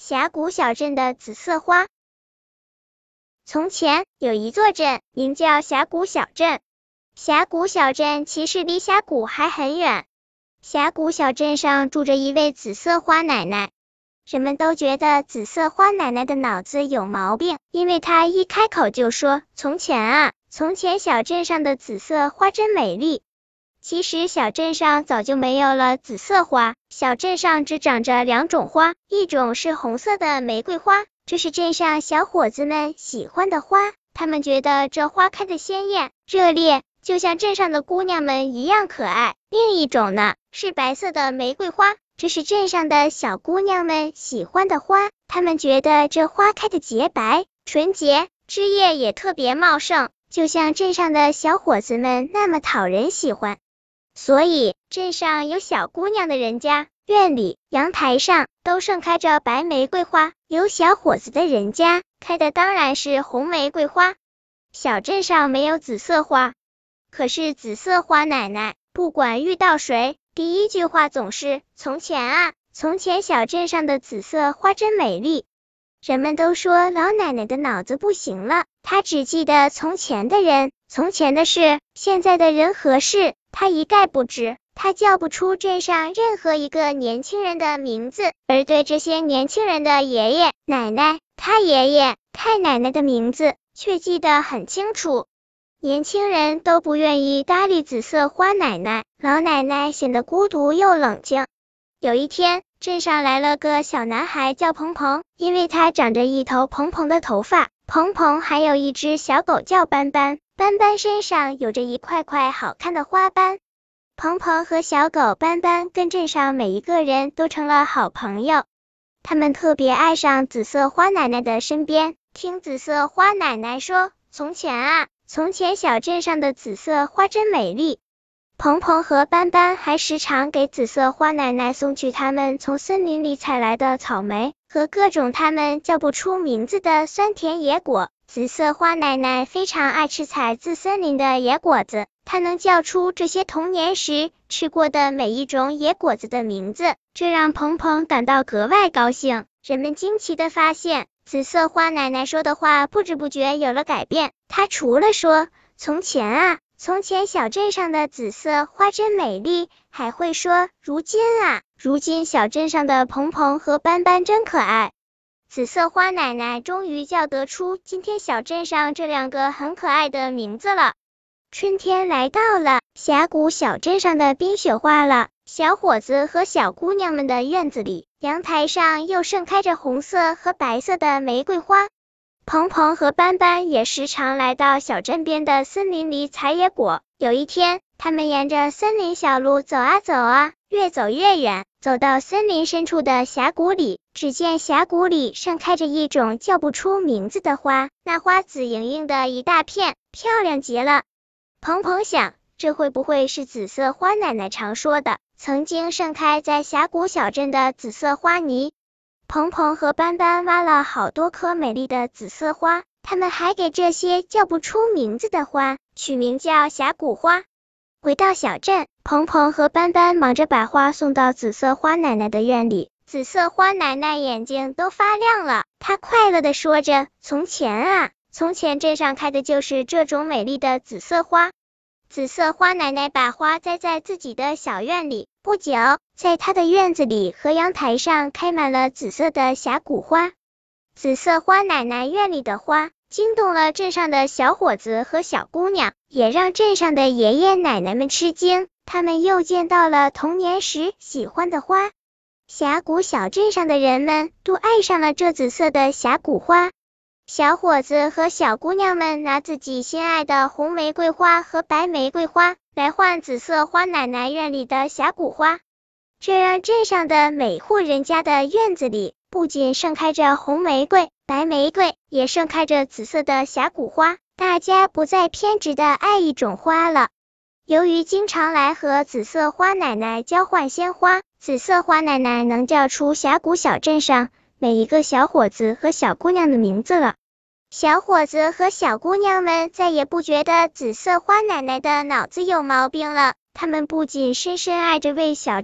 峡谷小镇的紫色花。从前有一座镇，名叫峡谷小镇。峡谷小镇其实离峡谷还很远。峡谷小镇上住着一位紫色花奶奶。人们都觉得紫色花奶奶的脑子有毛病，因为她一开口就说：从前啊，从前小镇上的紫色花真美丽。其实小镇上早就没有了紫色花，小镇上只长着两种花，一种是红色的玫瑰花，这是镇上小伙子们喜欢的花，他们觉得这花开得鲜艳热烈，就像镇上的姑娘们一样可爱。另一种呢，是白色的玫瑰花，这是镇上的小姑娘们喜欢的花，她们觉得这花开得洁白纯洁，枝叶也特别茂盛，就像镇上的小伙子们那么讨人喜欢。所以镇上有小姑娘的人家，院里阳台上都盛开着白玫瑰花，有小伙子的人家开的当然是红玫瑰花。小镇上没有紫色花，可是紫色花奶奶不管遇到谁，第一句话总是：从前啊，从前小镇上的紫色花真美丽。人们都说老奶奶的脑子不行了，她只记得从前的人，从前的事，现在的人和事她一概不知。她叫不出镇上任何一个年轻人的名字，而对这些年轻人的爷爷奶奶、太爷爷太奶奶的名字却记得很清楚。年轻人都不愿意搭理紫色花奶奶，老奶奶显得孤独又冷静。有一天，镇上来了个小男孩叫鹏鹏，因为他长着一头蓬蓬的头发。鹏鹏还有一只小狗叫斑斑，斑斑身上有着一块块好看的花斑。鹏鹏和小狗斑斑跟镇上每一个人都成了好朋友，他们特别爱上紫色花奶奶的身边，听紫色花奶奶说：从前啊，从前小镇上的紫色花真美丽。鹏鹏和斑斑还时常给紫色花奶奶送去他们从森林里采来的草莓和各种他们叫不出名字的酸甜野果。紫色花奶奶非常爱吃采自森林的野果子，她能叫出这些童年时吃过的每一种野果子的名字，这让鹏鹏感到格外高兴。人们惊奇地发现，紫色花奶奶说的话不知不觉有了改变。她除了说从前啊，从前小镇上的紫色花真美丽，还会说如今啊，如今小镇上的鹏鹏和斑斑真可爱。紫色花奶奶终于叫得出今天小镇上这两个很可爱的名字了。春天来到了，峡谷小镇上的冰雪化了，小伙子和小姑娘们的院子里，阳台上又盛开着红色和白色的玫瑰花。鹏鹏和斑斑也时常来到小镇边的森林里采野果。有一天，他们沿着森林小路走啊走啊，越走越远，走到森林深处的峡谷里，只见峡谷里盛开着一种叫不出名字的花，那花紫莹莹的一大片，漂亮极了。鹏鹏想，这会不会是紫色花奶奶常说的曾经盛开在峡谷小镇的紫色花泥？鹏鹏和斑斑挖了好多颗美丽的紫色花，他们还给这些叫不出名字的花取名叫峡谷花。回到小镇，鹏鹏和斑斑忙着把花送到紫色花奶奶的院里。紫色花奶奶眼睛都发亮了，她快乐地说着：从前啊，从前镇上开的就是这种美丽的紫色花。紫色花奶奶把花栽在自己的小院里，不久，在她的院子里和阳台上开满了紫色的峡谷花。紫色花奶奶院里的花惊动了镇上的小伙子和小姑娘，也让镇上的爷爷奶奶们吃惊，他们又见到了童年时喜欢的花。峡谷小镇上的人们都爱上了这紫色的峡谷花。小伙子和小姑娘们拿自己心爱的红玫瑰花和白玫瑰花来换紫色花奶奶院里的峡谷花，这让镇上的每户人家的院子里不仅盛开着红玫瑰、白玫瑰，也盛开着紫色的峡谷花，大家不再偏执的爱一种花了。由于经常来和紫色花奶奶交换鲜花，紫色花奶奶能叫出峡谷小镇上每一个小伙子和小姑娘的名字了。小伙子和小姑娘们再也不觉得紫色花奶奶的脑子有毛病了，他们不仅深深爱着为小镇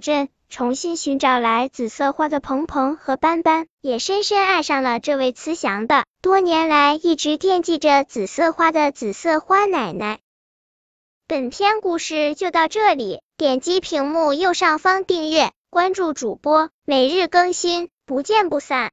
重新寻找来紫色花的鹏鹏和斑斑，也深深爱上了这位慈祥的，多年来一直惦记着紫色花的紫色花奶奶。本篇故事就到这里，点击屏幕右上方订阅，关注主播，每日更新，不见不散。